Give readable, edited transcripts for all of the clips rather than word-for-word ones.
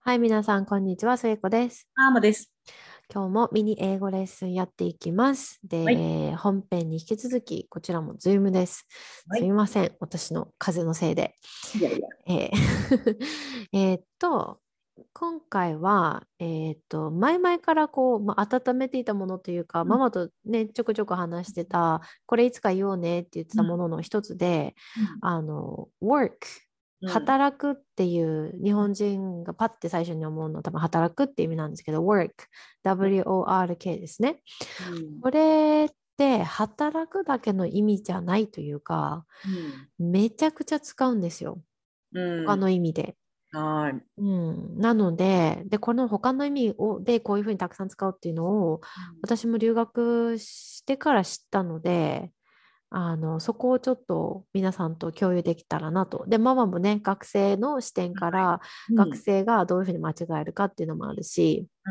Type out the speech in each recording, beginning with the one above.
はい、皆さん、こんにちは。末子です。 アーマです。 今日もミニ英語レッスンやっていきます。 はい。 で、本編に引き続き、こちらも Zoom です。すはい。 みません。私の風邪のせいで。 いやいや。 えーえーっと、今回は、前々から温めていたものというか、 うん。 ママとね、ちょくちょく話してた、これいつか言おうねって言ってうん。 たものの一つで、 うん。 work、 うん。 働くっていう日本人がパッて最初に思うのは多分働くって意味なんですけど、work、WORK ですね。 うん。 これって働くだけの意味じゃないというか、 うん。 めちゃくちゃ使うんですよ。他うん。 の意味で。 はい。 うん、なので、この他の意味でこういうふうにたくさん使うっていうのを、 うん。 私も留学してから知ったので、そこをちょっと皆さんと共有できたらなと。で、ママもね、学生の視点かはい。 ら、 うん。 学生がどういうふうに間違えるかっていうのもあるし、 うん。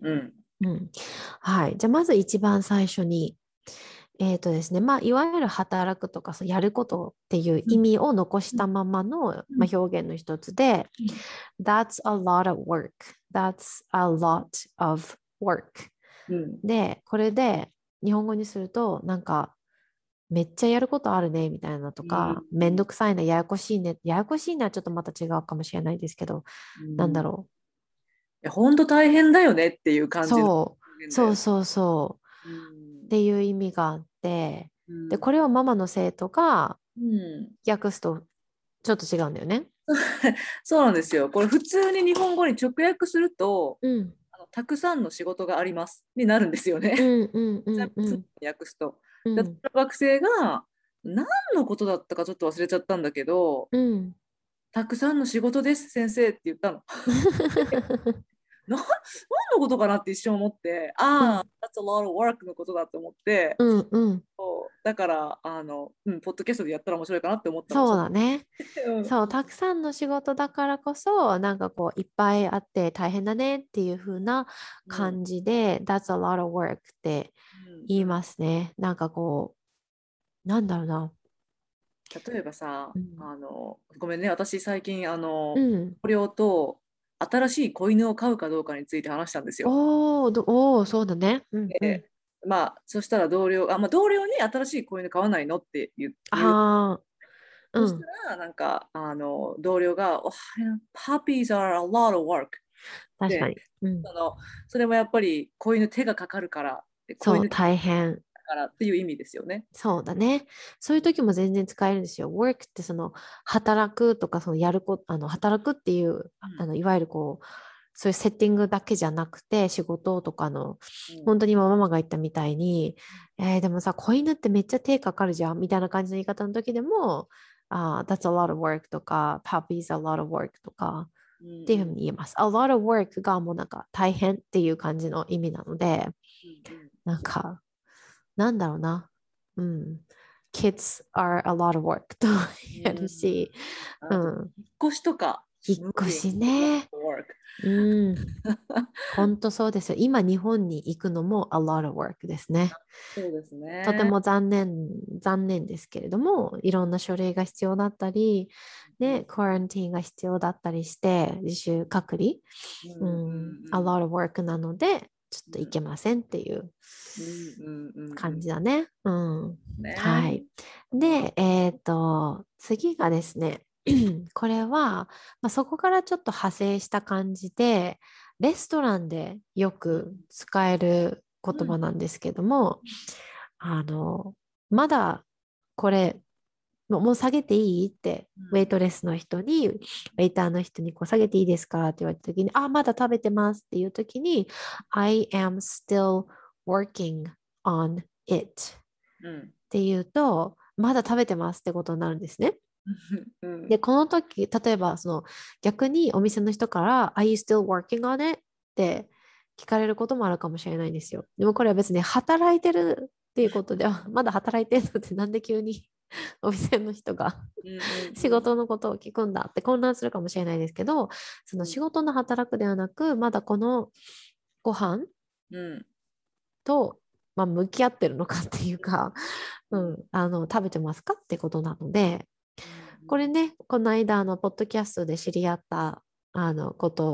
うん。 うん。はい。じゃあ、まず一番最初に、ですね、いわゆる働くとか、そうやることっていううん。 意味を残したままの、 うん。 表現の一つで、 うん。 That's a lot of work. That's a lot of work. うん。 で、これで日本語にすると、なんか、めっちゃやることあるね、みたいなとうか、めんどん。 くさいな、ややこしいね。ややこしいのはちょっとまた違うかもしれないですけど、 うん。いなんだろや、ほんと大変だよねっていうう。 感じのそう、 表現だよね。 そうそうそう。 うん。 っていう意味があって、で、 うん。 これをママの生徒がうん。 訳すとちょっと違うんだよね。 そうなんですよ。これ普通に日本語に直訳すると、 うん、 たくさんの仕事がありますになるんですよね。 うん、うん、う全ん、う部ん、 訳すと。で、私うん、 の学生が何のことだったかちょっと忘れちゃったんだけど、 うん。 たくさんの仕事です、先生って言ったの。何のことかなって一瞬思って、ああ、 うん、 that's a lot of work のことだと思って、 うん、うん。 そうだから、ポッドキャストでやったら面白いかなって思ったの、 そうだね。 うん。 そう、たくさんの仕事だからこそ、なんかこう、いっぱいあって大変だねっていう風なうん。 感じで、That's a lot of work って言いうん。 ますね。なんかこう、なんだろうな。 例えばさ、 うん。 ごめんね、私最近、 うん。 同僚と新しい子犬を飼うかどうかについて話したんですよ。 おー、そうだね。うん、うん。 で、そしたら同僚に新しい子犬飼わないのって言う。 ああ、 そしたうん。 ら、同僚が、puppies are a lot of work で、 確かに。うん。 その、それもやっぱり子犬手がかかるから、で子そう、 犬大変。 だからっていう意味ですよね。 そうだね。そういう時も全然使えるんですよ。work ってその働くとかそのやるこ、働くっていう、 うん。 いわゆるこう、そういうセッティングだけじゃなくて仕事とかの、 うん。 本当に今ママが言ったみたいに、でもさ、子犬ってめっちゃ手かかるじゃんみたいな感じの言い方の時でも、that's a lot of work とか、puppies a lot of work とかうん。 っていうふううん。 に言えます。a lot of work がもうなんか大変っていう感じの意味なので、 うん。 なんか、なんだろうな。うん。kids are a lot of work と言えうん。 るし、うあと、 ん。 引っ越しとか、 引っ越 moving し is a lot ね。 of work。 うん。本当そうですよ。今日本に行くのも a lot of work ですね。 そうですとてね。 も残念ですけれども、いろんな書類が必要だったり、ね、 うん。 クアランティーンが必要だったりして、自主隔離、 うん。 ううん。 ん、a lot of work なので、ちょっというん。 けませんっていううん。うん。うん。う感ん。 じだね。うん。 ね。 はい。 うん。 で、次がですね、これは、そこからちょっと派生した感じで、レストランでよく使える言うん。 葉なんですけども、あの、まだこれ、もう下げていいって、ウェイトレスの人に、ウェイターの人にこう下げていいですかって言われた時に、まだ食べてますっていう時に、I am still working on it うん。 っていうと、まだ食べてますってことになるんですね。 うん。 で、この時、例えば、その逆にお店の人から、Are you still working on it? って聞かれることもあるかもしれないんですよ。でもこれは別に働いてるっていうことでは、まだ働いてるのってなんで急にお店の人がうん。 仕事のことを聞くんだって混乱するかもしれないですけど、その仕事の働くではなく、まだこのご飯うん。 と、向き合ってるのかっていうか、 うん。 食べてますかってことなので、 うん。 これね、この間、ポッドキャストで知り合った、こと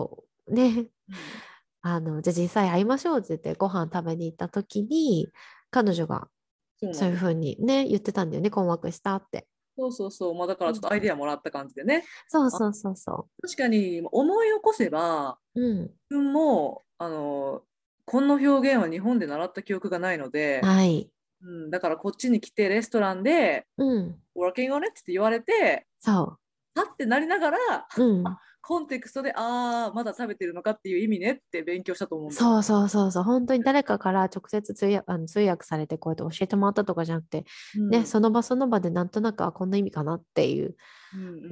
ね、 うん、 じゃあ実際会いましょうって言ってご飯食べに行った時に、彼女がそういうふうそうなんです。 にね、言ってたんだよね、困惑したって。 そうそうそう。まあ、だからうん、 ちょっとアイデアもらった感じでね。あ、 そうそうそうそ確かに思い起こせば、 う。うん。 自分も、この表現は日本で習った記憶がないので、 はい。 うん、だからこっちに来てレストランで、 うん。 working on it って言われて、 そはってなりながら、 う。うん。 コンテクストで、ああ、まだ食べてるのかっていう意味ねって勉強したと思うんだよ。 そうそうそうそう。本当に誰かから直接通訳されてこうやって教えてもらったとかじゃなくて、ね、 うん、 その場その場でなんとなく、こんな意味かなっていう。 うん、うん、うん。 うん。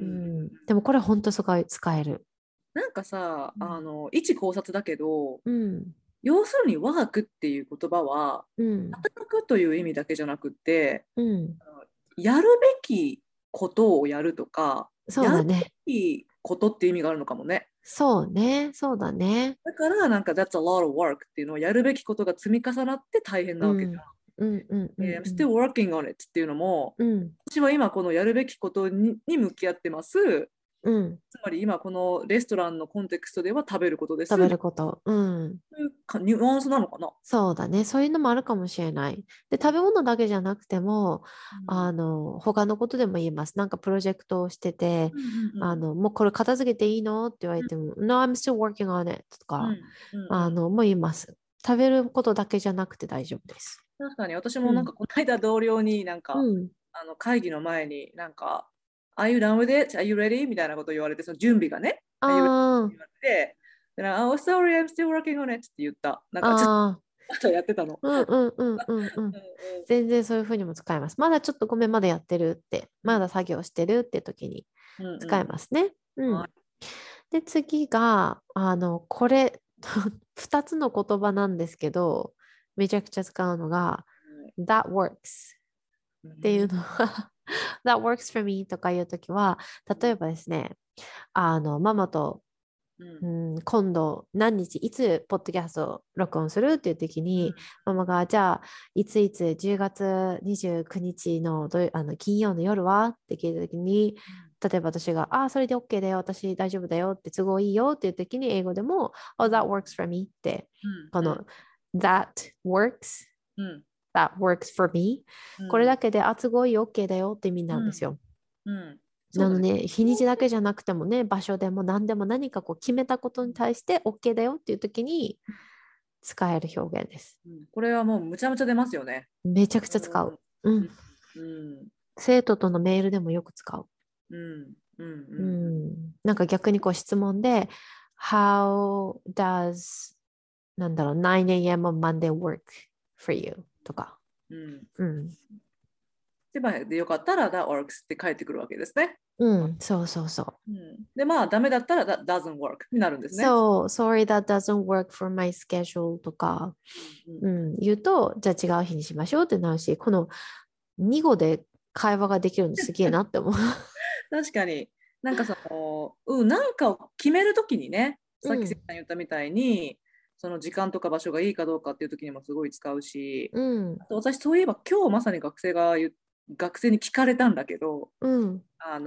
でもこれ本当すごい使える。 なんかさ、 うん。 一考察だけど、 うん。 要するに和学っていう言葉は、 うん。 働くという意味だけじゃなくて、 うん。 やるべきことをやるとか、やるそうだね。 べきことっていう意味があるのかもね。 そうね。そうだね。 だからなんか That's a lot of work っていうのはやるべきことが積み重なって大変なわけじうん。うんうんうゃん。 ん I'm うん。 still working on it っていうのも、 うん。 私は今このやるべきことに向き合ってます。 うん。 つまり今このレストランのコンテクストでは食べることで食べす。 ること。うん。 ニュアンスなのかな。 そうだね。そういうのもあるかもしれない。で、食べ物だけじゃなくても、 うん、 他のことでも言えます。なんかプロジェクトをしてて、 うんうんもうこれ片付けていいのって言われても、No, I'm still working on it とか、 うんうんうん。 もう言います。食べることだけじゃなくて大丈夫です。 確かに私うん。 もなんかこの間同僚になんかうん。 会議の前になんか Are you done with it? Are you ready? みたいなことを言われて、その準備がね、Are you ready? ってあ言われて、でなんか Oh, sorry, I'm still working on it って言った。なんあ、 かちょっとああ、 まだやってたの。 うんうんうんうんうん。 うんう全然そういうふうにも使えます。まだちょっとごめん、まだやってるって、まだ作業してるって時にんうん使えうんますね。うん。 はい。 で、次が、これ、2つの言葉なんですけど、めちゃくちゃ使うのが、that works っていううんのはthat works for me とかいうときは、例えばですね、ママと、 うん今度何日、いつポッドキャストを録音するっていう時に、ママが、じゃあ、いついつ10月29日の金曜の夜はって聞いた時に、例えば私が、それで OK だよ、私大丈夫だよって都合いいよっていう時に英語でも、Oh, that works for me って、 うんうんこの that works, うん that works for me これだけで、都合いい OK だよって意味なんですよ。 うんそうだね。 なので、日にちだけじゃなくてもね、場所でも何でも何かこう決めたことに対して OK だよっていう時に使える表現です。 これはもうむちゃむちゃ出ますよね。 めちゃくちゃ使う。うん。 うんうん生徒とのメールでもよく使う。 うんうんうんううんん。なんか逆にこう質問で、How does なんだろう、9 a.m. on Monday work for you? とか。 うん。 うん。 で、まあ、でよかったら That works って返ってくるわけですね。 うん。そうそうそう。 うん、で、まあ、ダメだったら That doesn't work になるんですね。 そう、sorry that doesn't work for my schedule とか、 うんうん、言うと、じゃあ違う日にしましょうってなるし、この2語で会話ができるのすげえなって思う。 確かに、なんかなんかを決めるときにね、さっきせうん、 んが言ったみたいに、その時間とか場所がいいかどうかっていうときにもすごい使うし、 うん、 あと私そういえば今日まさに学生に聞かれたんだけど、 うん、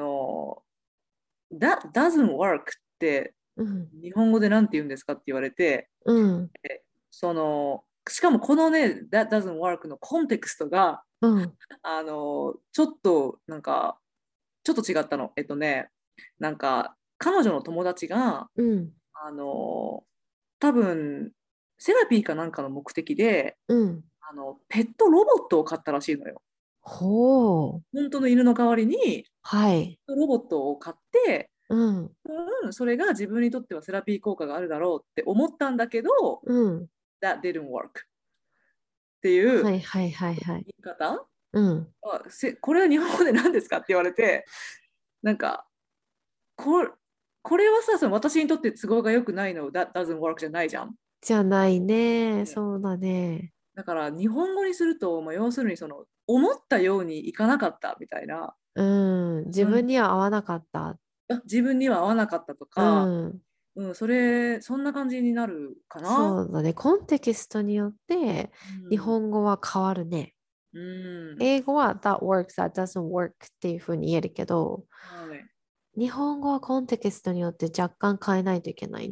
That doesn't work ってうん、 日本語でなんて言うんですかって言われて、 うん、 しかもこのね、That doesn't work のコンテクストが、 うん、 ちょっとなんか、ちょっと違ったの。なんか、彼女の友達が、 うん、 多分、セラピーかなんかの目的で、 うん。 ペットロボットを買ったらしいのよ。 ほう。 本当の犬の代わりに、 はい。 ロボットを買って、 うん、 それが自分にとってはセラピー効果があるだろうって思ったんだけど、 うん。 That didn't work っていうはい、はい、はい、はい。 言い方うん。 これは日本語で何ですかって言われて、なんか、ここれはさ、私にとって都合が良くないの、That doesn't work じゃないじゃん。 じゃないね。そうだね。 だから日本語にすると、まあ、要するに思ったようにいかなかったみたいな、 うん。自うん、 分には合わなかった。 自分には合わなかったとうか、 ん。 そんな感じになるかな。 そうだね。コンテキストによって日うん、 本語は変わるね。 うん、 英語は that works, that doesn't work っていうふうに言えるけど、 はい。 日本語はコンテキストによって若干変えないといけないね。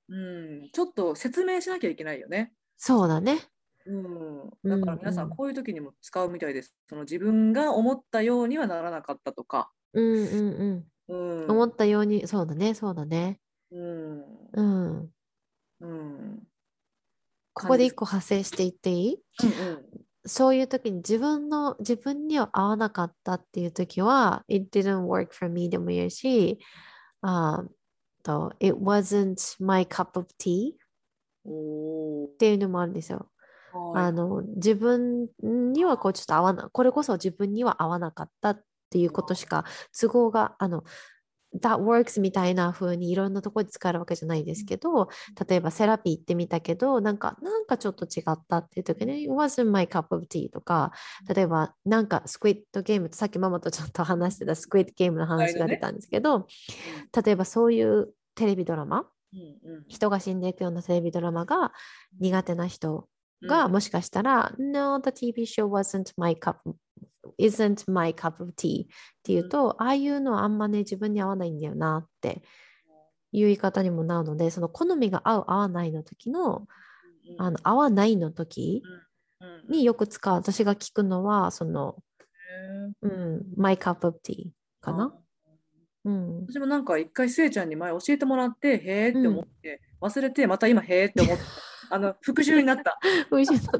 ちょっと説明しなきゃいけないよね。 そうだね。 だから皆さんこういう時にも使うみたいです。その自分が思ったようにはならなかったとか。 うんうんうん。 うん。 思ったように、そうだね、そうだね。 うん。 うん。 うん。 ここで一感じです。 個派生していっていい？ うんうん。 そういう時に自分には合わなかったっていう時は、it didn't work for me でも言うし、あit wasn't my cup of tea っおー。 ていうのもあるんですよ。 はい。 自分にはこうちょっと合わな、これこそ自分には合わなかったっていうことしか都合が、that works みたいな風にいろんなところで使えるわけじゃないですけど、例えばセラピー行ってみたけど、なんかちょっと違ったっていう時に、it wasn't my cup of tea とか、例えばなんかスクイッドゲームさっきママとちょっと話してたスクイッドゲームのはいのね。 話が出たんですけど、 うん例えばそういうテレビドラマ、 うんうん人が死んでいくようなテレビドラマが苦手な人うんがもしかしたら、No, the TV show isn't my cup of tea っていうと、ああいうのはあんまね、自分に合わないんだよなっていう言い方にもなるので、その好みが合う合わないの時の、合わないの時によく使う、私が聞くのは、my cup of tea かな。うん。 私もなんか一回せいちゃんに前教えてもらってへーって思っうん。 て忘れてまた今へーって思って復習になった。 美味しいだった。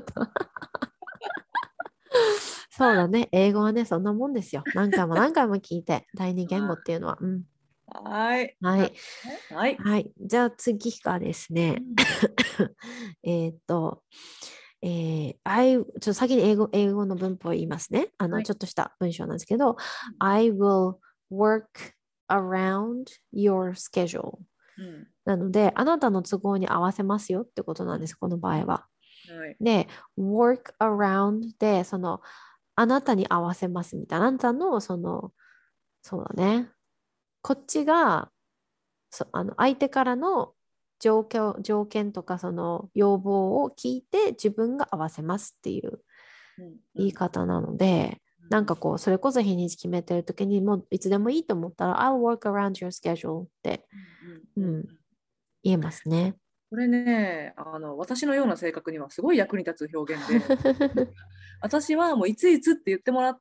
そうだね。英語はね、そんなもんですよ。何回も何回も聞いて、第二言語っていうのは。うん。 はい。 はい。 はい。 はい。じゃあ次がですね、 うん。 えーっと、ちょっと先に英語の文法を言いますね。 はい。 ちょっとした文章なんですけど、I will work around your schedule。 うん。 なので、あなたの都合に合わせますよってことなんです、この場合は。 はい。 で、work around で、あなたに合わせますみたいな。あなたの、そうだね。こっちが、相手からの条件とか、その要望を聞いて自分が合わせますっていううんう言いん方なので、なんかこう、それこそ日にち決めてるときに、もういつでもいいと思ったら、I'll work around your schedule って、 うんうん。 うん、言えますね。 これね、私のような性格にはすごい役に立つ表現で、私はもういついつって言ってもらって、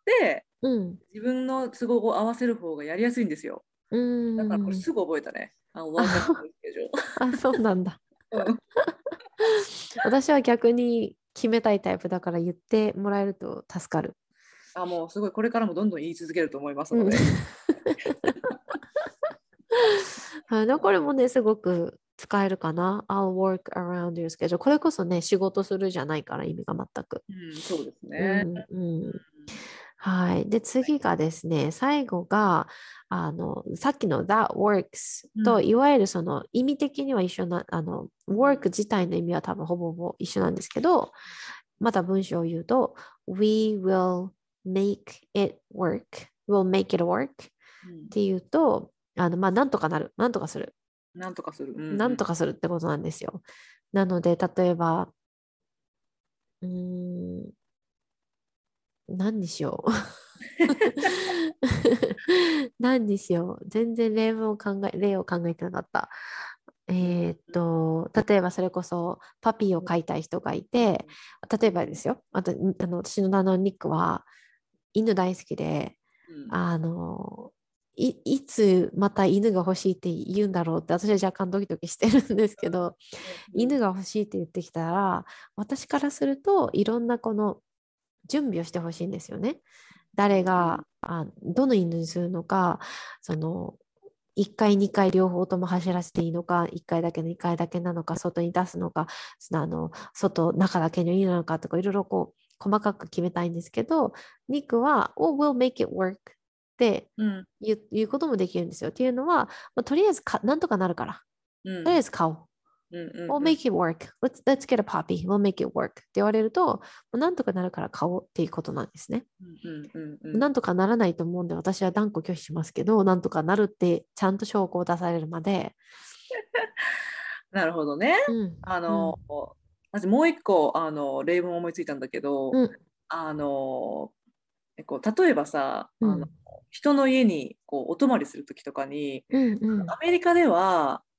うん。 自分の都合を合わせる方がやりやすいんですよ。 うだからこれん。 すぐ覚えたね。ワーカーあ、 のスケジュール。 そうなんだ。 うん。 私は逆に決めたいタイプだから言ってもらえると助かる。 もうすごいこれからもどんどん言い続けると思いますうん。 ので。 これもね、すごく使えるかな。I'll work around your schedule。これこそね、仕事するじゃないから意味が全く。 うん、そうですね。 うん、うん。はい。で、次がですね、最後が、さっきの that works と、 うん、 いわゆるその意味的には一緒な、 うん、 work 自体の意味は多分ほぼほぼ一緒なんですけど、また文章を言うと、we will make it work, will make it work っうん。 ていうと、まあ、なんとかなる、なんとかする、 なんとかする。うん、うん。 なんとかするってことなんですよ。なので、例えば、うーん、何にしよう。何にしよう。全然例を考えてなかった。 うん、 例えばそれこそパピーを飼いたい人がいて、例えばですよ。私の旦那のニックは犬大好きで、 うん、 あの、いつまた犬が欲しいって言うんだろうって私は若干ドキドキしてるんですけど、 うん、 犬が欲しいって言ってきたら、私からするといろんなこの準備をしてほしいんですよね。誰が、どの犬にするのか、1回、2回両方とも走らせていいのか、1回だけの2回だけなのか、外に出すのか、中だけの犬なのかとか、いろいろこう、細かく決めたいんですけど、ニックは、Oh, we'll make it work ってうん、 言うこともできるんですよ。っていうのは、とりあえずなんとかなるから、とりあえうん、 ず買おう。 うん、 We'll うん。 make it work. Let's get a puppy. We'll make it work. って言われると、もうなんとかなるから買おうっていうことなんですね。 うん、うん、うん。 なんとかならないと思うんで、私は断固拒否しますけど、なんとかなるってちゃんと証拠を出されるまで。 なるほどね。 うん、 あの、 うん、 私もう一個、例文を思いついたんだけど、 うん、 あの、例えばさ、 うん、 人の家にこうお泊まりするときとかに、 うん、うん、 アメリカでは、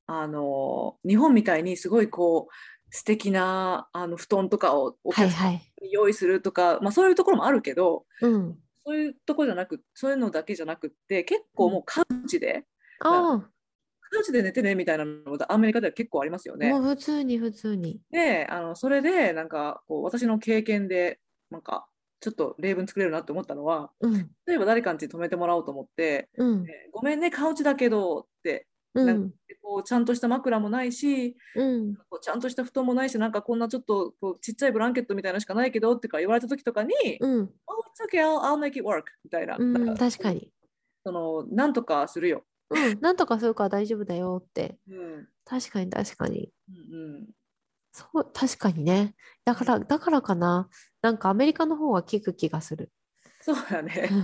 日本みたいにすごいこう素敵な布団とかをお客さんはいはい。 に用意するとか、まあ、そういうところもあるけど、 うん。 そういうところじゃなく、そういうのだけじゃなくって、結うん。 構もうカウチで、なああ、 カウチで寝てねみたいなのもアメリカでは結構ありますよね。 もう普通に普通に。 で、それで、なんかこう、私の経験で、なんか、ちょっと例文作れるなって思ったのは、 うん。 例えば誰かに泊めてもらおうと思って、 うん。 ごめんね、カウチだけどって、なんかうん。 こうちゃんとした枕もないし、 うん。 こうちゃんとした布団もないし、なんかこんなちょっとこうちっちゃいブランケットみたいなのしかないけどってか言われた時とかに、 うん。 Oh, it's okay, I'll make it work みたいな、なんうん。 か確かに。 なんとかするよ。 うん。なんとかするから大丈夫だよって。 うん。 確かに確かに。 うんそう、確かにね。 うん。 だからかな。なんかアメリカの方が効く気がする。 そうだね。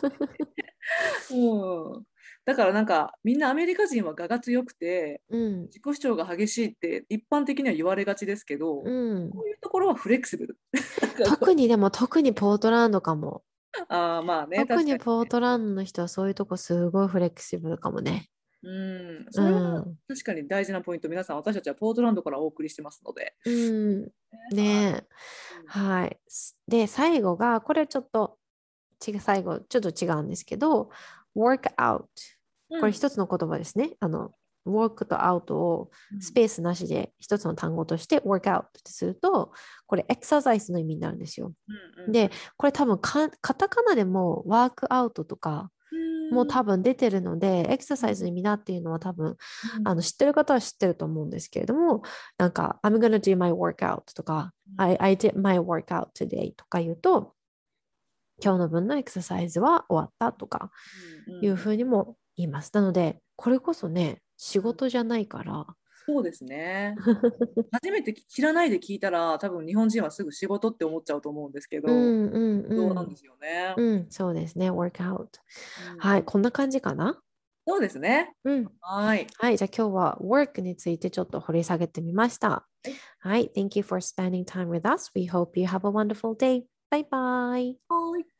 うん。だからなんかみんなアメリカ人は我が強くてうん。 自己主張が激しいって一般的には言われがちですけど、 うん。 こういうところはフレキシブル。 特にポートランドかも。 ああ、まあね、 特確かに。 にポートランドの人はそういうとこすごいフレキシブルかもね。 うん、 うそれはん。 確かに大事なポイント。皆さん、私たちはポートランドからお送りしてますので。 うん。 はねえ。 い。うんはい。で、最後が、これちょっと最後、ちょっと違うんですけど、work out。これうん一つの言葉ですね。work と out をスペースなしで一つの単語として work out ってすると、これエクササイズの意味になるんですよ。で、これ多分カタカナでもワークアウトとかもう多分出てるので、エクササイズの意味だっていうのは多分、知ってる方は知ってると思うんですけれども、なんか、I'm gonna do my workout とか、I did my workout today とか言うと、今日の分のエクササイズは終わったとかいうふうにも言います。なので、これこそね、仕事じゃないから、 そうですね。初めて知らないで聞いたら、多分日本人はすぐ仕事って思っちゃうと思うんですけど、 うんうんうん。 どうなんですよね。 うん、そうですね、workout。 うん、 はい、こんな感じかな。 そうですね。 うん。 はい。 はい、じゃあ今日は work についてちょっと掘り下げてみました。 はい。 はい、Thank you for spending time with us. We hope you have a wonderful day. Bye bye. はい